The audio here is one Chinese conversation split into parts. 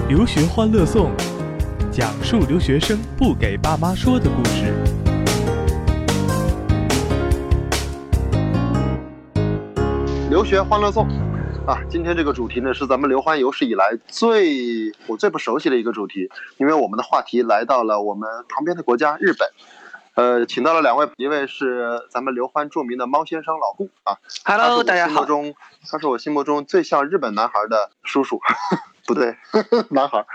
留学欢乐颂，讲述留学生不给爸妈说的故事。 留学欢乐颂啊，今天这个主题呢是咱们留欢有史以来我最不熟悉的一个主题，因为我们的话题来到了我们旁边的国家日本。请到了两位，一位是咱们留欢著名的猫先生老顾啊 ，Hello， 大家好。 他是我心目中最像日本男孩的叔叔，不对，男孩。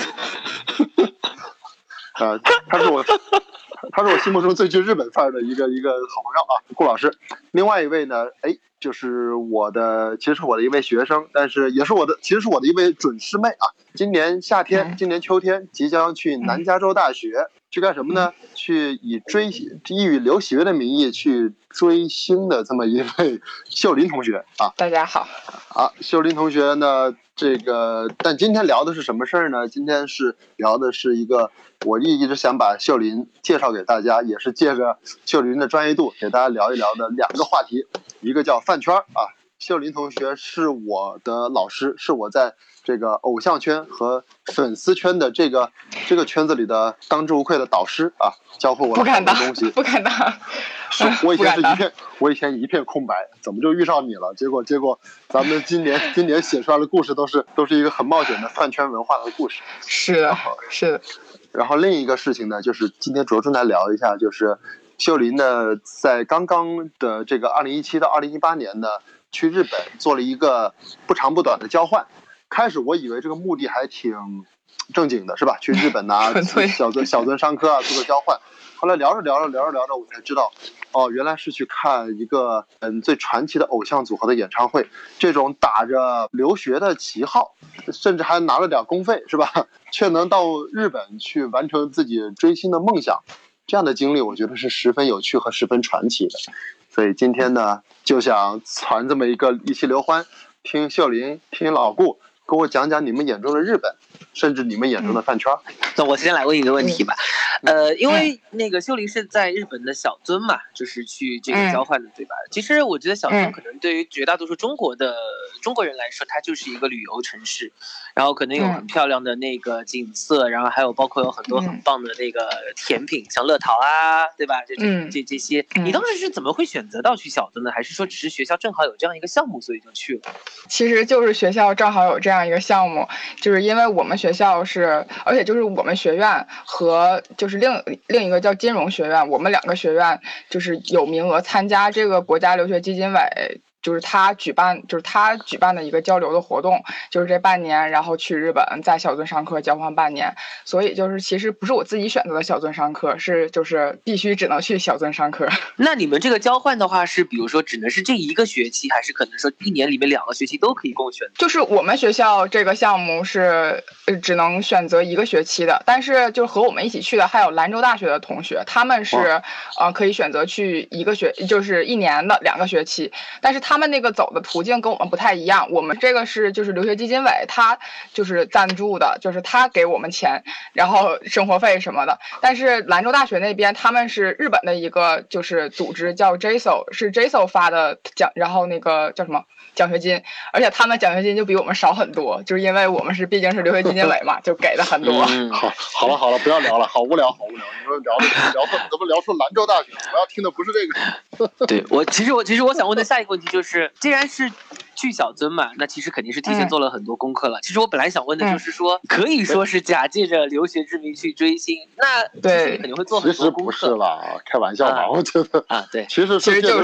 他是我心目中最具日本范儿的一个好朋友啊，顾老师。另外一位呢，就是其实是我的一位学生，但是也是其实是我的一位准师妹啊。今年夏天，今年秋天即将去南加州大学。去干什么呢？去以留学的名义去追星的这么一位秀林同学啊。 大家好啊，秀林同学呢，但今天聊的是什么事儿呢？今天聊的是一个我一直想把秀林介绍给大家，也是借着秀林的专业度给大家聊一聊的两个话题，一个叫饭圈啊。秀林同学是我的老师，是我在这个偶像圈和粉丝圈的这个圈子里的当之无愧的导师啊，教会我很多东西。 不敢当。 我以前一片空白，怎么就遇上你了？结果咱们今年写出来的故事都是一个很冒险的饭圈文化的故事。 是的。 然后另一个事情呢，就是今天着重来聊一下，就是秀林呢在刚刚的这个2017到2018年呢，去日本做了一个不长不短的交换。开始我以为这个目的还挺正经的，是吧？去日本小樽上课啊，做个交换。后来聊着，我才知道，原来是去看一个最传奇的偶像组合的演唱会。这种打着留学的旗号，甚至还拿了点公费，是吧？却能到日本去完成自己追星的梦想，这样的经历，我觉得是十分有趣和十分传奇的。所以今天呢，就想传这么一期留欢，听秀林，听老顾跟我讲讲你们眼中的日本，甚至你们眼中的饭圈。 那我先来问一个问题吧，因为那个秀林是在日本的小樽嘛，就是去这个交换的，对吧？其实我觉得小樽可能对于绝大多数中国人来说，它就是一个旅游城市，然后可能有很漂亮的那个景色，然后还有包括有很多很棒的那个甜品，像乐桃啊，对吧？这些，你当时是怎么会选择到去小樽呢？还是说只是学校正好有这样一个项目，所以就去了？ 其实就是学校正好有这样一个项目，就是因为我们学校而且就是我们学院和就是另一个叫金融学院，我们两个学院就是有名额参加这个国家留学基金委。就是他举办的一个交流的活动，就是这半年，然后去日本在小樽上课交换半年，所以就是其实不是我自己选择的小樽上课，就是必须只能去小樽上课。 那你们这个交换的话是比如说只能是这一个学期，还是可能说一年里面2个学期都可以共选？ 就是我们学校这个项目是只能选择1个学期的，但是就和我们一起去的还有兰州大学的同学，他们是可以选择去就是1年的2个学期，但是他们那个走的途径跟我们不太一样，我们这个就是留学基金委，他就是赞助的，就是他给我们钱，然后生活费什么的。但是兰州大学那边他们是日本的一个就是组织叫 JSO， 是 JSO 发的奖，然后那个叫什么奖学金，而且他们奖学金就比我们少很多，就是因为我们毕竟是留学基金委嘛，就给的很多。 好了，不要聊了，好无聊。你说怎么聊出兰州大学？我要听的不是这个。 对，其实我想问的下一个问题就是，既然是去小樽嘛，那其实肯定是提前做了很多功课了。其实我本来想问的就是说，可以说是假借着留学之名去追星，那其实你肯定会做很多功课。 其实不是啦，开玩笑嘛，我觉得对， 其实就是，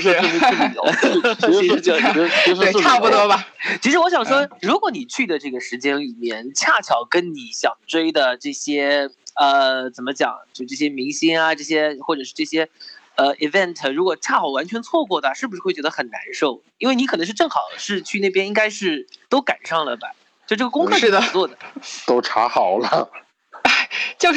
对，差不多吧。 其实我想说，如果你去的这个时间里面，恰巧跟你想追的这些怎么讲，就这些明星啊，这些或者是这些event， 如果恰好完全错过的，是不是会觉得很难受？因为你可能是正好是去那边，应该是都赶上了吧？就这个功课是怎么做的？ 都查好了。 就是，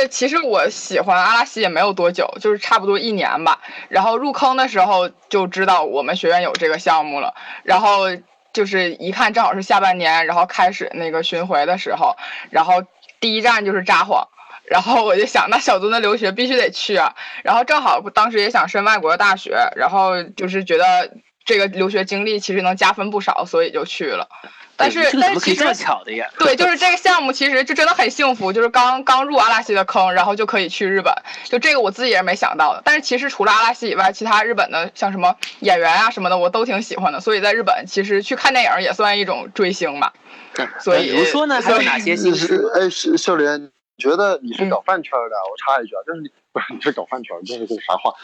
其实我喜欢阿拉西也没有多久，就是差不多1年吧。然后入坑的时候就知道我们学院有这个项目了，然后就是一看正好是下半年，然后开始那个巡回的时候，然后第一站就是札幌。然后我就想，那小樽的留学必须得去啊。然后正好当时也想申外国的大学，然后就是觉得这个留学经历其实能加分不少，所以就去了。 但是这个怎么可以这么巧的呀？ 对，就是这个项目其实就真的很幸福，就是刚入阿拉西的坑，然后就可以去日本，就这个我自己也是没想到的。但是其实除了阿拉西以外，其他日本的像什么演员啊什么的，我都挺喜欢的，所以在日本其实去看电影也算一种追星嘛。所以比如说呢，还有哪些形式？ 秀莲，你觉得你是搞饭圈的？我插一句啊，就是你不是你是搞饭圈，这是啥话？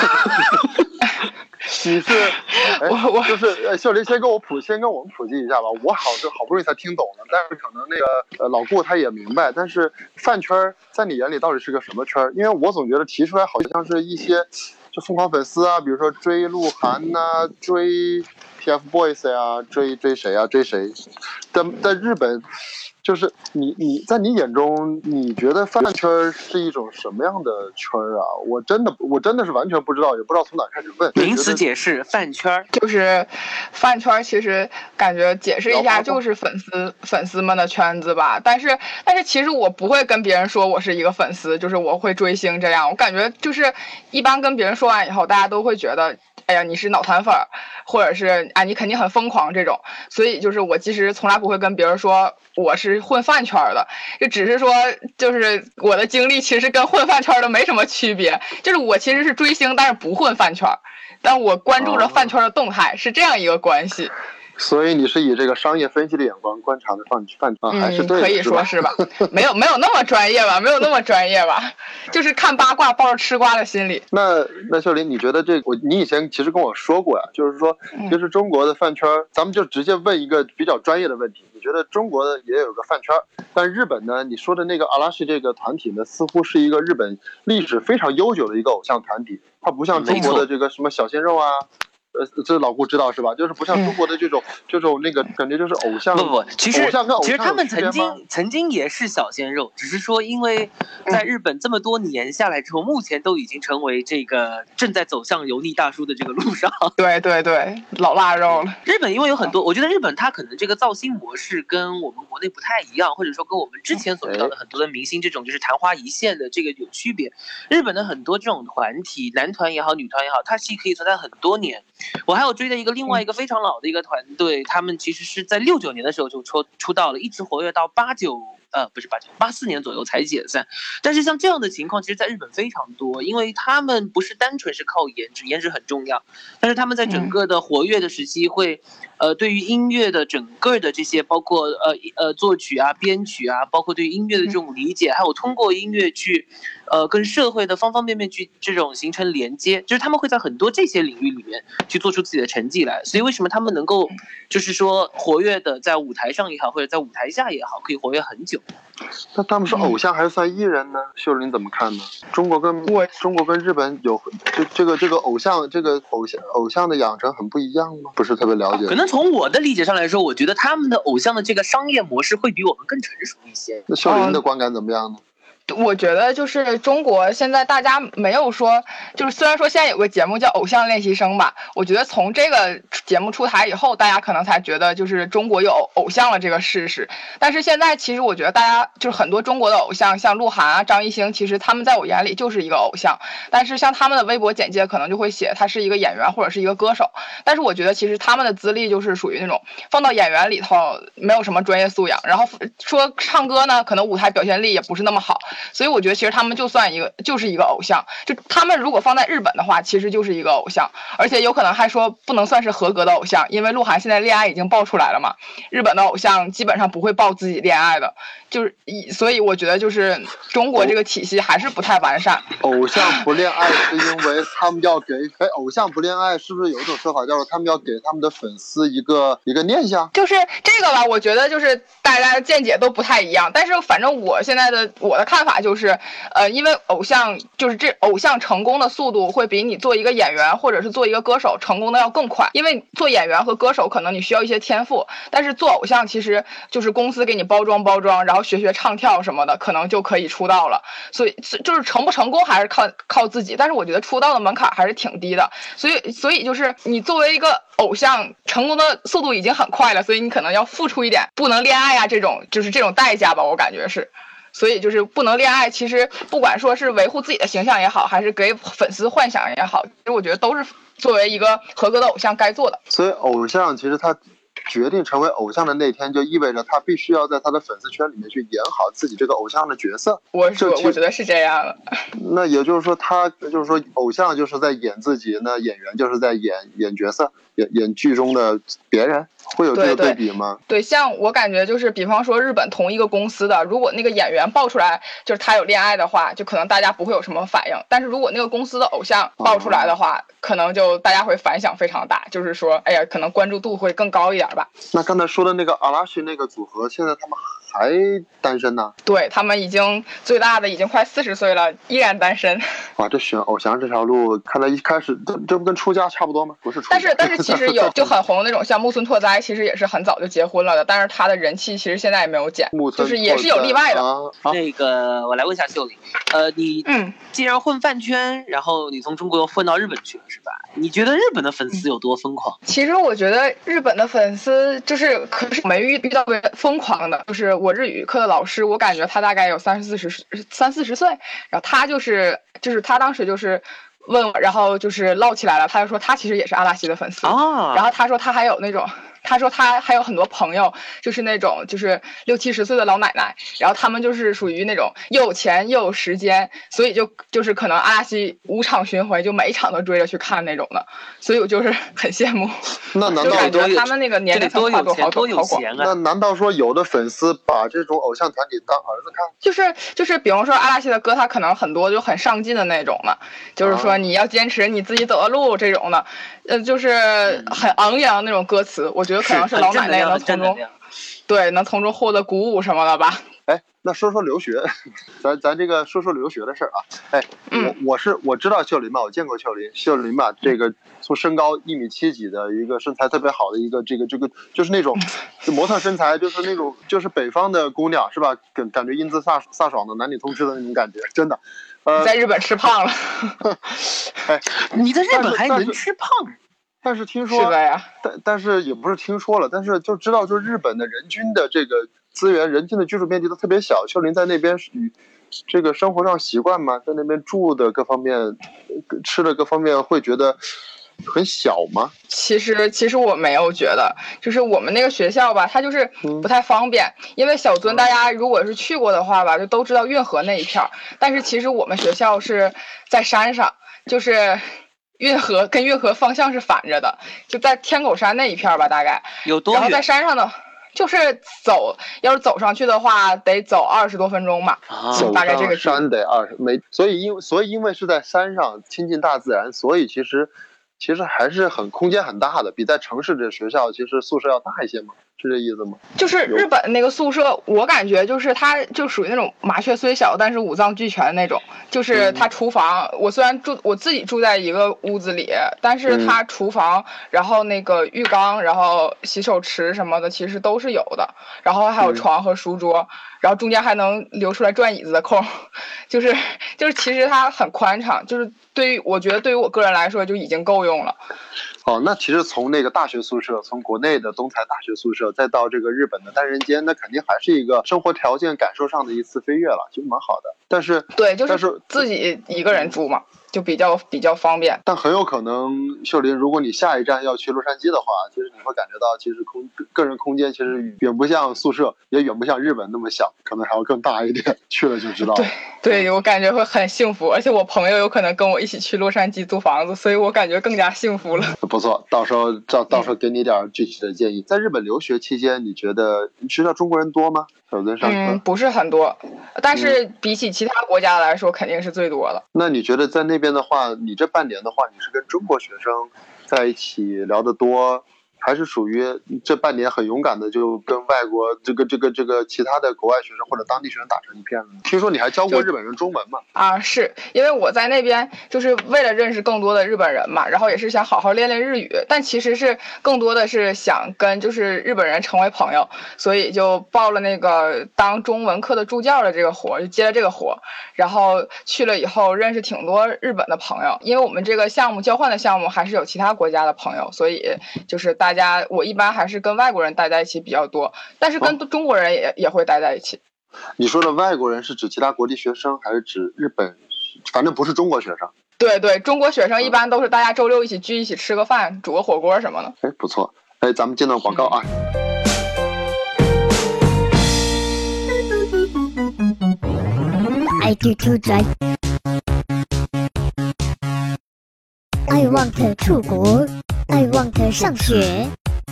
你是我就是秀莲先跟我们普及一下吧。我好不容易才听懂了，但是可能那个老顾他也明白。但是饭圈在你眼里到底是个什么圈？因为我总觉得提出来好像是一些就疯狂粉丝啊，比如说追鹿晗呐、追 TFBOYS 呀、追谁啊，追谁？在日本。就是你在你眼中，你觉得饭圈是一种什么样的圈啊？我真的是完全不知道，也不知道从哪开始问。 名词解释，饭圈就是饭圈，其实感觉解释一下就是粉丝们的圈子吧。但是其实我不会跟别人说我是一个粉丝，就是我会追星这样。我感觉就是一般跟别人说完以后，大家都会觉得。哎呀，你是脑残粉，或者是啊，你肯定很疯狂这种，所以就是我其实从来不会跟别人说我是混饭圈的，就只是说就是我的经历其实跟混饭圈的没什么区别，就是我其实是追星，但是不混饭圈，但我关注着饭圈的动态，是这样一个关系。 所以你是以这个商业分析的眼光观察的饭圈，还是对的， 可以说是吧？没有那么专业吧，就是看八卦抱着吃瓜的心理。 那秀玲，你觉得你以前其实跟我说过呀，就是说，其实中国的饭圈，咱们就直接问一个比较专业的问题，你觉得中国的也有个饭圈，但日本呢，你说的那个阿拉西这个团体呢，似乎是一个日本历史非常悠久的一个偶像团体，它不像中国的这个什么小鲜肉啊。这老顾知道是吧？就是不像中国的这种那个感觉就是偶像。 不，其实他们曾经也是小鲜肉，只是说因为在日本这么多年下来之后，目前都已经成为这个正在走向油腻大叔的这个路上。 对，老腊肉了。 日本因为有很多，我觉得日本它可能这个造星模式跟我们国内不太一样，或者说跟我们之前所遇到的很多的明星这种就是昙花一现的这个有区别。日本的很多这种团体，男团也好，女团也好，它是可以存在很多年。我还有追的另外一个非常老的一个团队，他们其实是在69年的时候就出道了，一直活跃到84年左右才解散。但是像这样的情况，其实在日本非常多，因为他们不是单纯是靠颜值，颜值很重要，但是他们在整个的活跃的时期会，对于音乐的整个的这些，包括作曲啊、编曲啊，包括对于音乐的这种理解，还有通过音乐去，跟社会的方方面面去这种形成连接，就是他们会在很多这些领域里面去做出自己的成绩来。所以为什么他们能够，就是说活跃的在舞台上也好，或者在舞台下也好，可以活跃很久。 那他们是偶像还是算艺人呢？秀玲怎么看呢？中国跟日本有这个偶像的养成很不一样吗？不是特别了解。 可能从我的理解上来说，我觉得他们的偶像的这个商业模式会比我们更成熟一些。 那秀玲的观感怎么样呢？ 我觉得就是中国现在大家没有说，就是虽然说现在有个节目叫《偶像练习生》吧，我觉得从这个节目出台以后，大家可能才觉得就是中国有偶像了这个事实。但是现在其实我觉得大家就是很多中国的偶像，像鹿晗啊、张艺兴，其实他们在我眼里就是一个偶像。但是像他们的微博简介可能就会写他是一个演员或者是一个歌手，但是我觉得其实他们的资历就是属于那种放到演员里头没有什么专业素养，然后说唱歌呢，可能舞台表现力也不是那么好。所以我觉得其实他们就是一个偶像，就他们如果放在日本的话，其实就是一个偶像，而且有可能还说不能算是合格的偶像，因为鹿晗现在恋爱已经爆出来了嘛，日本的偶像基本上不会爆自己恋爱的，所以我觉得就是中国这个体系还是不太完善。 偶像不恋爱是因为他们要给偶像不恋爱，是不是有一种说法叫做他们要给他们的粉丝一个念想？ 就是这个吧，我觉得就是大家的见解都不太一样，但是反正我的看法就是，因为偶像成功的速度会比你做一个演员或者是做一个歌手成功的要更快，因为做演员和歌手可能你需要一些天赋，但是做偶像其实就是公司给你包装，然后学唱跳什么的，可能就可以出道了。所以就是成不成功还是靠自己，但是我觉得出道的门槛还是挺低的。所以就是你作为一个偶像，成功的速度已经很快了，所以你可能要付出一点不能恋爱啊这种代价吧，我感觉是。所以就是不能恋爱，其实不管说是维护自己的形象也好，还是给粉丝幻想也好，其实我觉得都是作为一个合格的偶像该做的。 所以偶像其实他决定成为偶像的那天，就意味着他必须要在他的粉丝圈里面去演好自己这个偶像的角色。 我觉得是这样的。 那也就是说，他就是说，偶像就是在演自己，那演员就是在演角色，演剧中的别人，会有这个对比吗？ 对，像我感觉就是，比方说日本同一个公司的，如果那个演员爆出来就是他有恋爱的话，就可能大家不会有什么反应。但是如果那个公司的偶像爆出来的话，可能就大家会反响非常大，就是说，哎呀，可能关注度会更高一点吧。 那刚才说的那个阿拉西那个组合，现在他们还单身呢？ 对，他们最大的已经快40岁了，依然单身。 哇，这选偶像这条路，看来一开始这不跟出家差不多吗？不是出家。 但是其实有就很红的那种，像木村拓哉，其实也是很早就结婚了的，但是他的人气其实现在也没有减，就是也是有例外的。 那个我来问一下秀玲，你既然混饭圈，然后你从中国又混到日本去了，是吧？你觉得日本的粉丝有多疯狂？ 其实我觉得日本的粉丝就是可是没遇到过疯狂的，就是我日语课的老师，我感觉他大概有三四十岁，然后他就是他当时就是问我，然后就是唠起来了，他就说他其实也是阿拉西的粉丝然后他说他还有那种。他说他还有很多朋友，就是那种就是60、70岁的老奶奶，然后他们就是属于那种又有钱又有时间，所以就是可能阿拉西5场巡回就每一场都追着去看那种的，所以我就是很羡慕。 那难道就感觉他们那个年龄层跨度好广？ 那难道说有的粉丝把这种偶像团体当儿子看？ 就是比方说阿拉西的歌，他可能很多就很上进的那种嘛，就是说你要坚持你自己走的路这种的，就是很昂扬那种歌词，我觉得可能是老奶奶能从中获得鼓舞什么的吧。 哎，那说留学，咱这个说留学的事儿啊。哎，我知道秀琳嘛，我见过秀琳嘛，这个从身高1.7米几的一个身材特别好的一个这个就是那种就模特身材，就是那种就是北方的姑娘是吧？感觉英姿飒爽的男女通吃的那种感觉，真的。 在日本吃胖了。 哎， 你在日本还能吃胖？ 但是听说是的呀， 但是也不是听说了，但是就知道，就是日本的人均的这个资源，人均的居住面积都特别小。秀琳在那边这个生活上习惯吗？在那边住的各方面，吃的各方面，会觉得很小吗？ 其实我没有觉得，就是我们那个学校吧，它就是不太方便，因为小樽大家如果是去过的话吧，就都知道运河那一片，但是其实我们学校是在山上，就是运河跟运河方向是反着的，就在天狗山那一片吧，大概有多远？ 然后在山上的就是要是走上去的话，得走20多分钟吧，大概这个山得20，所以因为是在山上亲近大自然，所以其实还是空间很大的，比在城市的学校其实宿舍要大一些嘛。是这意思吗？ 就是日本那个宿舍，我感觉就是它就属于那种麻雀虽小，但是五脏俱全那种。就是它厨房，我虽然我自己住在一个屋子里，但是它厨房，然后那个浴缸，然后洗手池什么的，其实都是有的。然后还有床和书桌，然后中间还能留出来转椅子的空，就是其实它很宽敞，就是我觉得对于我个人来说就已经够用了。 哦，那其实从那个大学宿舍，从国内的东财大学宿舍，再到这个日本的单人间，那肯定还是一个生活条件感受上的一次飞跃了，其实蛮好的。但是对，就是自己一个人住嘛，就比较方便。 但很有可能，秀琳，如果你下一站要去洛杉矶的话，其实你会感觉到，其实个人空间其实远不像宿舍，也远不像日本那么小，可能还要更大一点。去了就知道了。 对，我感觉会很幸福，而且我朋友有可能跟我一起去洛杉矶租房子，所以我感觉更加幸福了。 不错，到时候给你点具体的建议。在日本留学期间，你觉得学校中国人多吗？ 不是很多，但是比起其他国家来说，肯定是最多的。 那你觉得在那边的话，你这半年的话，你是跟中国学生在一起聊得多，还是属于这半年很勇敢的就跟外国这个其他的国外学生或者当地学生打成一片了呢？听说你还教过日本人中文嘛？ 是因为我在那边就是为了认识更多的日本人嘛，然后也是想好好练日语，但其实是更多的是想跟就是日本人成为朋友，所以就报了那个当中文课的助教的这个活，就接了这个活，然后去了以后认识挺多日本的朋友，因为我们这个项目交换的项目还是有其他国家的朋友，所以就是我一般还是跟外国人待在一起比较多，但是跟中国人也会待在一起。 你说的外国人是指其他国际学生，还是指日本？反正不是中国学生。 对，中国学生一般都是大家周六一起聚一起吃个饭，煮个火锅什么的。 不错。 哎，咱们进到广告啊。 I do to drive. I want 出国。I want 上学。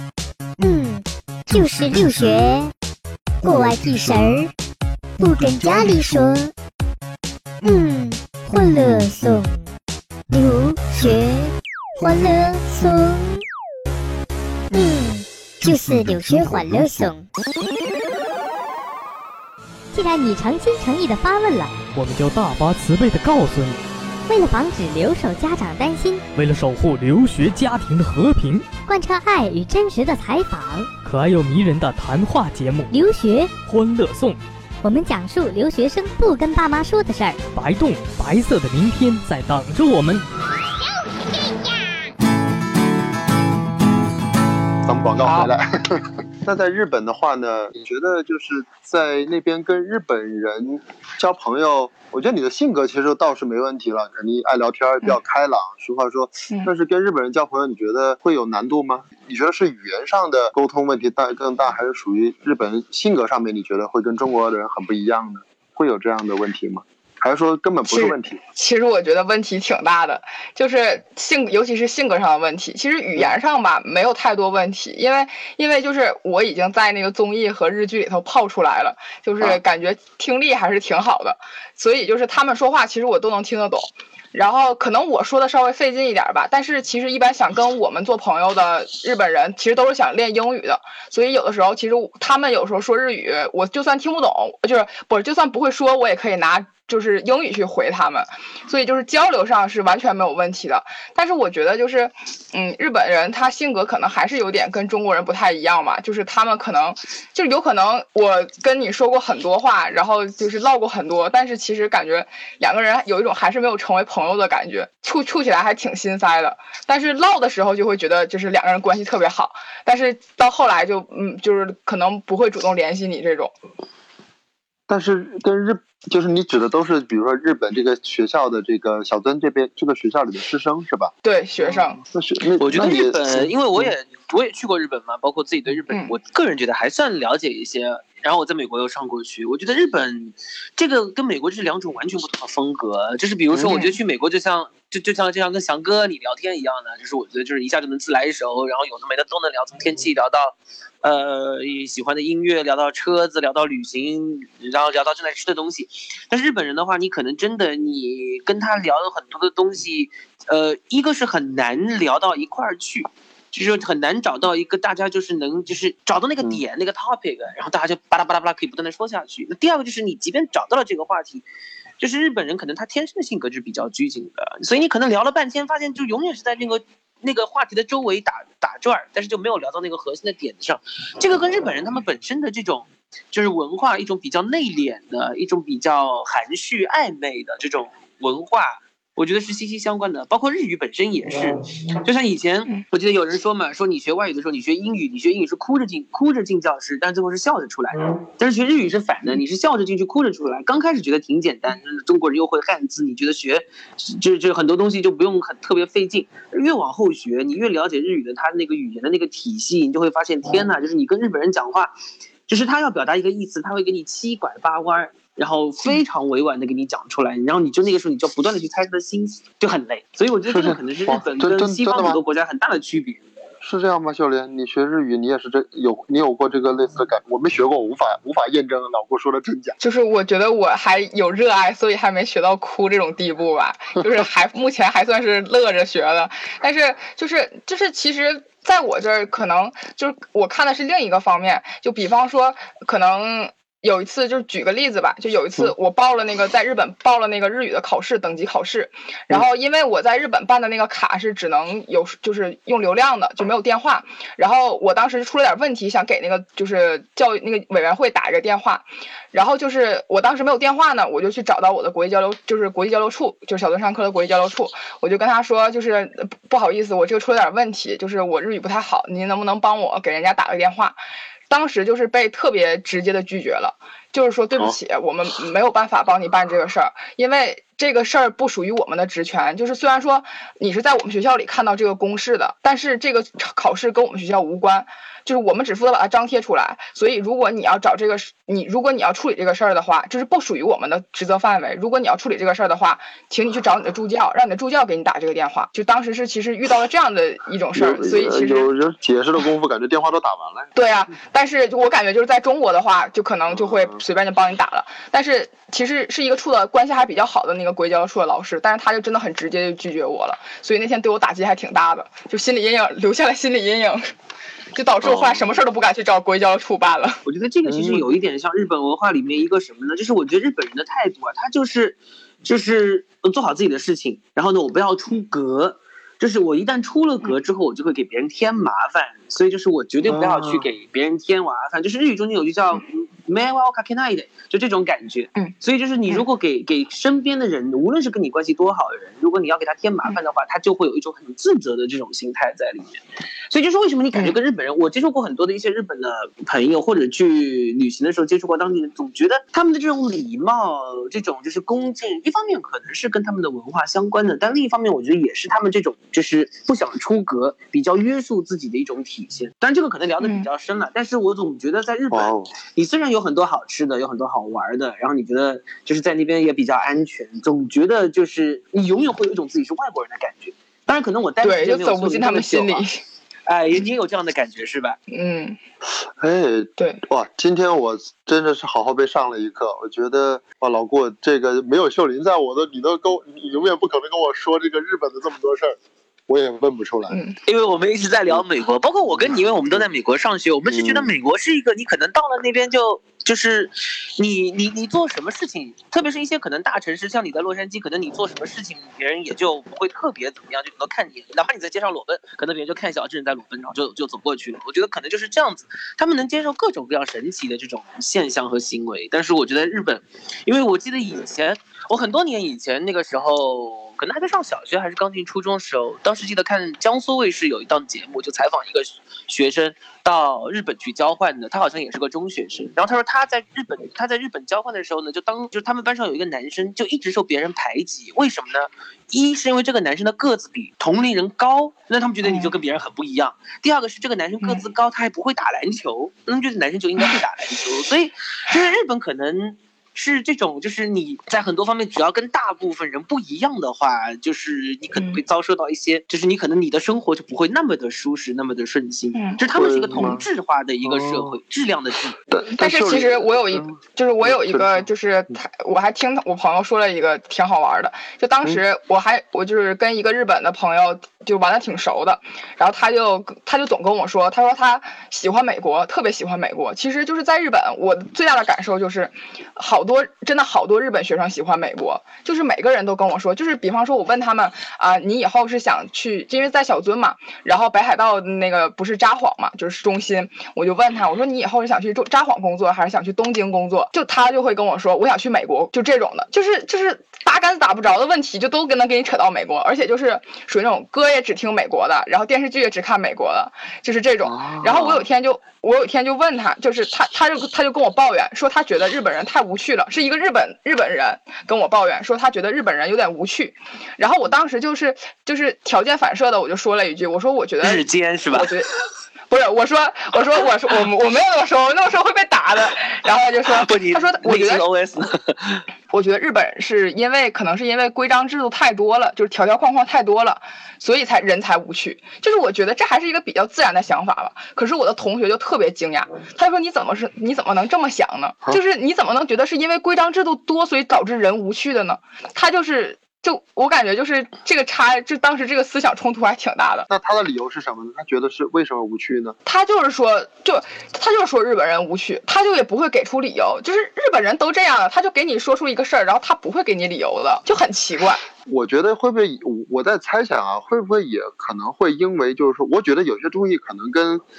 就是留学，国外屁事儿不跟家里说。欢乐颂，留学欢乐颂。就是留学欢乐颂。既然你诚心诚意的发问了， 我们就大发慈悲的告诉你， 为了防止留守家长担心， 为了守护留学家庭的和平， 贯彻爱与真实的采访， 可爱又迷人的谈话节目留学欢乐颂， 我们讲述留学生不跟爸妈说的事儿。 白洞白色的明天在等着我们。 咱们广告回来。那在日本的话呢，你觉得就是在那边跟日本人交朋友，我觉得你的性格其实倒是没问题了，肯定爱聊天，比较开朗，实话说。但是跟日本人交朋友，你觉得会有难度吗？你觉得是语言上的沟通问题更大，还是属于日本人性格上面，你觉得会跟中国的人很不一样呢？会有这样的问题吗？还是说根本不是问题？ 其实我觉得问题挺大的，就是尤其是性格上的问题。其实语言上吧没有太多问题，因为就是我已经在那个综艺和日剧里头泡出来了，就是感觉听力还是挺好的，所以就是他们说话其实我都能听得懂。然后可能我说的稍微费劲一点吧，但是其实一般想跟我们做朋友的日本人，其实都是想练英语的，所以有的时候其实他们有时候说日语，我就算听不懂，就算不会说，我也可以拿就是英语去回他们，所以就是交流上是完全没有问题的。但是我觉得就是日本人他性格可能还是有点跟中国人不太一样嘛，就是他们可能就是有可能我跟你说过很多话，然后就是唠过很多，但是其实感觉两个人有一种还是没有成为朋友的感觉，处起来还挺心塞的。但是唠的时候就会觉得就是两个人关系特别好，但是到后来就是可能不会主动联系你这种。 但是就是你指的都是比如说日本这个学校的这个小樽这边这个学校里的师生是吧？ 对，学生。 我觉得日本，因为我也去过日本嘛，包括自己对日本，我个人觉得还算了解一些。然后我在美国又上过学，我觉得日本这个跟美国是两种完全不同的风格。就是比如说，我觉得去美国就像跟翔哥你聊天一样的，就是我觉得就是一下就能自来熟，然后有的没的都能聊，从天气聊到喜欢的音乐，聊到车子，聊到旅行，然后聊到正在吃的东西。但是日本人的话，你可能真的你跟他聊了很多的东西，一个是很难聊到一块儿去。就是很难找到一个大家就是能就是找到那个点那个 topic， 然后大家就巴拉巴拉巴拉可以不断的说下去。那第二个就是你即便找到了这个话题，就是日本人可能他天生的性格是比较拘谨的，所以你可能聊了半天，发现就永远是在那个话题的周围打转，但是就没有聊到那个核心的点子上。这个跟日本人他们本身的这种就是文化，一种比较内敛的，一种比较含蓄暧昧的这种文化，我觉得是息息相关的。包括日语本身也是，就像以前我记得有人说嘛，说你学外语的时候，你学英语是哭着进教室，但最后是笑着出来的。但是学日语是反的，你是笑着进去，哭着出来。刚开始觉得挺简单，中国人又会汉字，你觉得学就很多东西就不用很特别费劲。越往后学，你越了解日语的它那个语言的那个体系，你就会发现，天哪，就是你跟日本人讲话，就是他要表达一个意思，他会给你七拐八弯，然后非常委婉的给你讲出来，然后你就那个时候你就不断的去猜他的心思，就很累。所以我觉得这个可能是日本跟西方很多国家很大的区别。 是这样吗？秀莲，你学日语你也是你有过这个类似的感觉？我没学过，我无法验证老郭说的真假。 就是我觉得我还有热爱，所以还没学到哭这种地步吧，就是目前还算是乐着学的。但是就是其实在我这儿可能就是我看的是另一个方面，就比方说可能有一次，就是举个例子吧，就有一次我在日本报了那个日语的考试，等级考试，然后因为我在日本办的那个卡是只能就是用流量的，就没有电话，然后我当时出了点问题，想给那个就是教育那个委员会打一个电话，然后就是我当时没有电话呢，我就去找到我的国际交流处，就是小樽商科的国际交流处，我就跟他说，就是不好意思，我这个出了点问题，就是我日语不太好，您能不能帮我给人家打个电话？当时就是被特别直接的拒绝了， 就是说对不起，我们没有办法帮你办这个事儿，因为这个事儿不属于我们的职权。就是虽然说你是在我们学校里看到这个公示的，但是这个考试跟我们学校无关，就是我们只负责把它张贴出来。所以如果你要找这个如果你要处理这个事儿的话，这是不属于我们的职责范围。如果你要处理这个事儿的话，请你去找你的助教，让你的助教给你打这个电话。就当时是其实遇到了这样的一种事儿，所以其实有人解释的功夫，感觉电话都打完了。 对啊，但是我感觉就是在中国的话，就可能就会随便就帮你打了。但是其实是一个处的关系还比较好的那个国教处的老师，但是他就真的很直接就拒绝我了，所以那天对我打击还挺大的，就心理阴影留下了心理阴影。就导致我后来什么事儿都不敢去找国教处办了。 我觉得这个其实有一点像日本文化里面一个什么呢？就是我觉得日本人的态度啊，他就是做好自己的事情，然后呢，我不要出格。就是我一旦出了格之后，我就会给别人添麻烦，所以就是我绝对不要去给别人添麻烦。就是日语中间有句叫迷惑かけないで，就这种感觉。所以就是你如果给身边的人，无论是跟你关系多好的人，如果你要给他添麻烦的话，他就会有一种很自责的这种心态在里面。所以就是为什么你感觉跟日本人，我接触过很多的一些日本的朋友，或者去旅行的时候接触过当地人，总觉得他们的这种礼貌，这种就是恭敬，一方面可能是跟他们的文化相关的，但另一方面我觉得也是他们这种就是不想出格，比较约束自己的一种体现。当然这个可能聊得比较深了，但是我总觉得在日本，你虽然有很多好吃的，有很多好玩的，然后你觉得就是在那边也比较安全，总觉得就是你永远会有一种自己是外国人的感觉。当然可能我待对，就走不进他们心里。 哎，也有这样的感觉是吧？ 对，哇，今天我真的是好好被上了一课。我觉得哇，老顾，这个没有秀林在我的，你永远不可能跟我说这个日本的这么多事儿。我也问不出来， 因为我们一直在聊美国，包括我跟你，因为我们都在美国上学，我们是觉得美国是一个你可能到了那边就是你做什么事情，特别是一些可能大城市，像你在洛杉矶，可能你做什么事情，别人也就不会特别怎么样，就可能看你，哪怕你在街上裸奔，可能别人就看一下这人在裸奔，然后就走过去了。我觉得可能就是这样子，他们能接受各种各样神奇的这种现象和行为。但是我觉得日本，因为我记得以前我很多年以前那个时候。可能还在上小学还是刚进初中的时候，当时记得看江苏卫视有一档节目，就采访一个学生到日本去交换的，他好像也是个中学生。然后他说他在日本交换的时候呢，就是他们班上有一个男生就一直受别人排挤，为什么呢？一是因为这个男生的个子比同龄人高，那他们觉得你就跟别人很不一样。第二个是这个男生个子高，他还不会打篮球，那么觉得男生就应该会打篮球。所以就是日本可能。是这种，就是你在很多方面只要跟大部分人不一样的话，就是你可能会遭受到一些，就是你可能你的生活就不会那么的舒适，那么的顺心。就是他们是一个同质化的一个社会，质量的质。 但是其实我有一个就是我还听我朋友说了一个挺好玩的，就当时我就是跟一个日本的朋友就玩的挺熟的，然后他就总跟我说，他说他喜欢美国，特别喜欢美国。其实就是在日本，我最大的感受就是真的好多日本学生喜欢美国，就是每个人都跟我说，就是比方说我问他们你以后是想去，因为在小樽嘛，然后北海道那个不是札幌嘛，就是市中心，我就问他，我说你以后是想去札幌工作还是想去东京工作？就他就会跟我说，我想去美国，就这种的，就是八竿子打不着的问题，就都能给你扯到美国，而且就是属于那种歌也只听美国的，然后电视剧也只看美国的，就是这种。然后我有一天就问他，就是他就跟我抱怨说，他觉得日本人太无趣了，是一个日本人跟我抱怨说他觉得日本人有点无趣。然后我当时就是条件反射的，我就说了一句，我说我觉得日间是吧？ 我觉得不是，我说我没有那么说，我那么说会被打的。然后他就说，他说我觉得日本可能是因为规章制度太多了，就是条条框框太多了，所以人才无趣。就是我觉得这还是一个比较自然的想法吧。可是我的同学就特别惊讶，他说你怎么能这么想呢？就是你怎么能觉得是因为规章制度多，所以导致人无趣的呢？就我感觉就是就当时这个思想冲突还挺大的。 那他的理由是什么呢？他觉得是为什么无趣呢？ 他就是说日本人无趣，他就也不会给出理由，就是日本人都这样了，他就给你说出一个事儿，然后他不会给你理由的，就很奇怪。 我觉得会不会，我在猜想啊，会不会也可能会因为就是说，我觉得有些东西可能跟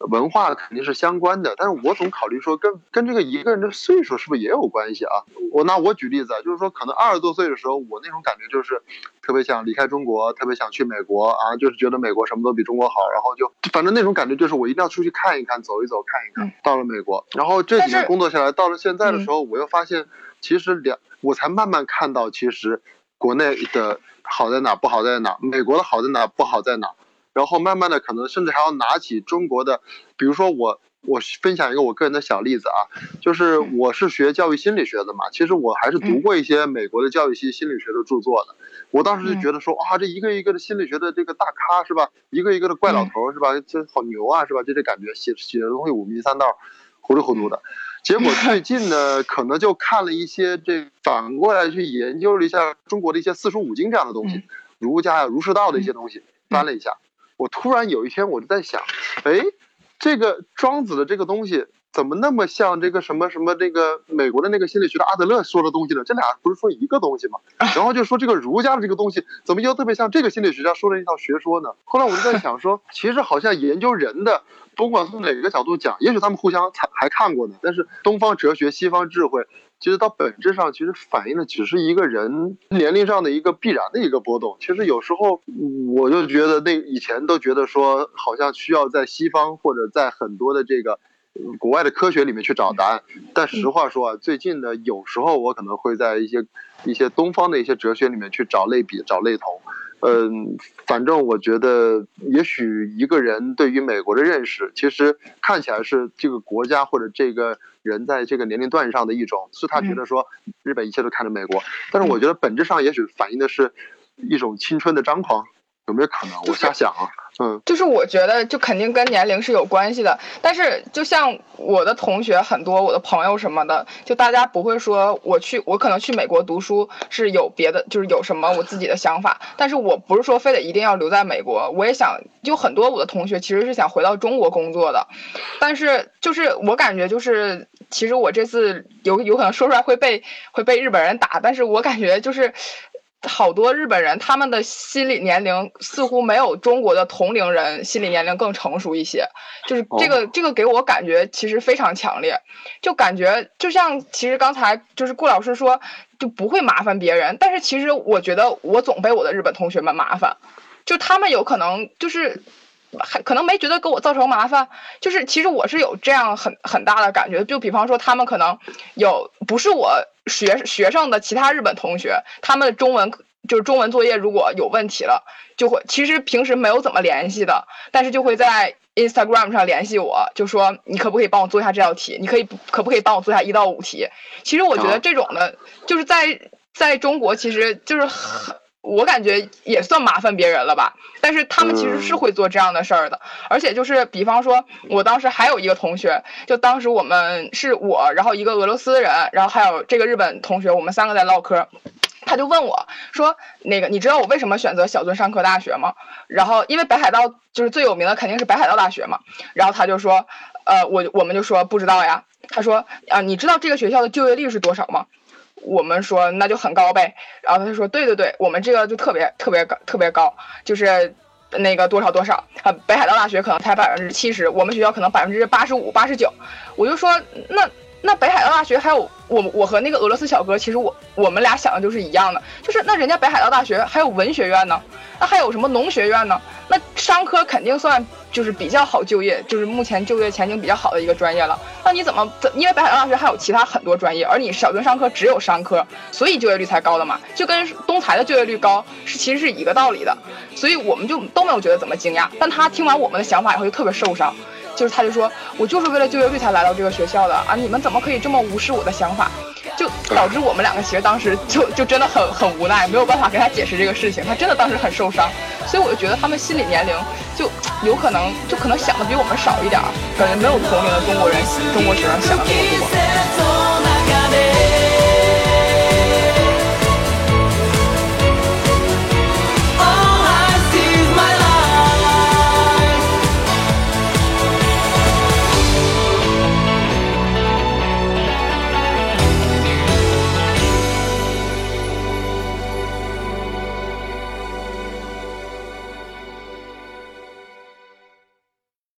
文化肯定是相关的，但是我总考虑说跟这个一个人的岁数是不是也有关系啊？我举例子啊，就是说可能20多岁的时候，我那种感觉就是特别想离开中国，特别想去美国啊，就是觉得美国什么都比中国好，然后就反正那种感觉就是我一定要出去看一看，走一走，看一看。到了美国，然后这几年工作下来，到了现在的时候，我又发现其实我才慢慢看到，其实国内的好在哪，不好在哪，美国的好在哪，不好在哪。然后慢慢的可能甚至还要拿起中国的，比如说我分享一个我个人的小例子啊，就是我是学教育心理学的嘛，其实我还是读过一些美国的教育系心理学的著作的。我当时就觉得说这一个一个的心理学的这个大咖是吧，一个一个的怪老头是吧，这好牛啊是吧，就这感觉写的东西五迷三道，糊里糊涂的。结果最近呢，可能就看了一些反过来去研究了一下中国的一些四书五经这样的东西，儒家儒释道的一些东西，翻了一下。我突然有一天我就在想，这个庄子的这个东西怎么那么像这个什么什么这个美国的那个心理学的阿德勒说的东西呢？这俩不是说一个东西吗？然后就说这个儒家的这个东西怎么又特别像这个心理学家说的一套学说呢？后来我就在想说，其实好像研究人的，不管从哪个角度讲，也许他们互相还看过呢，但是东方哲学、西方智慧，其实到本质上其实反映的只是一个人年龄上的一个必然的一个波动。其实有时候我就觉得以前都觉得说好像需要在西方或者在很多的这个国外的科学里面去找答案，但实话说啊，最近呢有时候我可能会在一些东方的一些哲学里面去找类比、找类同。反正我觉得也许一个人对于美国的认识，其实看起来是这个国家或者这个人在这个年龄段上的一种，是他觉得说日本一切都看着美国，但是我觉得本质上也许反映的是一种青春的张狂，有没有可能？我瞎想啊。 就是我觉得就肯定跟年龄是有关系的，但是就像我的同学很多，我的朋友什么的，就大家不会说我可能去美国读书是有别的，就是有什么我自己的想法，但是我不是说非得一定要留在美国，我也想，就很多我的同学其实是想回到中国工作的，但是就是我感觉就是其实我这次有可能说出来会被日本人打，但是我感觉就是好多日本人他们的心理年龄似乎没有中国的同龄人心理年龄更成熟一些，就是这个给我感觉其实非常强烈，就感觉就像其实刚才就是顾老师说就不会麻烦别人，但是其实我觉得我总被我的日本同学们麻烦，就他们有可能就是可能没觉得给我造成麻烦，就是其实我是有这样很大的感觉，就比方说他们可能有不是我学生的其他日本同学，他们的中文作业如果有问题了，就会其实平时没有怎么联系的，但是就会在 Instagram 上联系我，就说你可不可以帮我做一下这道题，你可不可以帮我做一下1到5题。其实我觉得这种的就是在中国其实就是我感觉也算麻烦别人了吧，但是他们其实是会做这样的事儿的，而且就是比方说我当时还有一个同学，就当时我们是我，然后一个俄罗斯人，然后还有这个日本同学，我们3个在唠嗑，他就问我说那个你知道我为什么选择小樽商科大学吗？然后因为北海道就是最有名的肯定是北海道大学嘛，然后他就说我们就说不知道呀，他说你知道这个学校的就业率是多少吗？我们说那就很高呗，然后他就说对，我们这个就特别高，就是那个多少北海道大学可能才70%，我们学校可能85%、89%。我就说那北海道大学还有我和那个俄罗斯小哥，其实我们俩想的就是一样的，就是那人家北海道大学还有文学院呢，那还有什么农学院呢？那商科肯定算就是比较好就业，就是目前就业前景比较好的一个专业了。那你因为北海道大学还有其他很多专业，而你小樽商科只有商科，所以就业率才高的嘛，就跟东财的就业率高其实是一个道理的，所以我们就都没有觉得怎么惊讶。但他听完我们的想法以后就特别受伤，就是他就说我就是为了就业率才来到这个学校的啊，你们怎么可以这么无视我的想法？就导致我们2个其实当时就真的很无奈，没有办法跟他解释这个事情，他真的当时很受伤。所以我就觉得他们心理年龄就有可能想的比我们少一点，感觉没有同龄的中国学生想的这么多。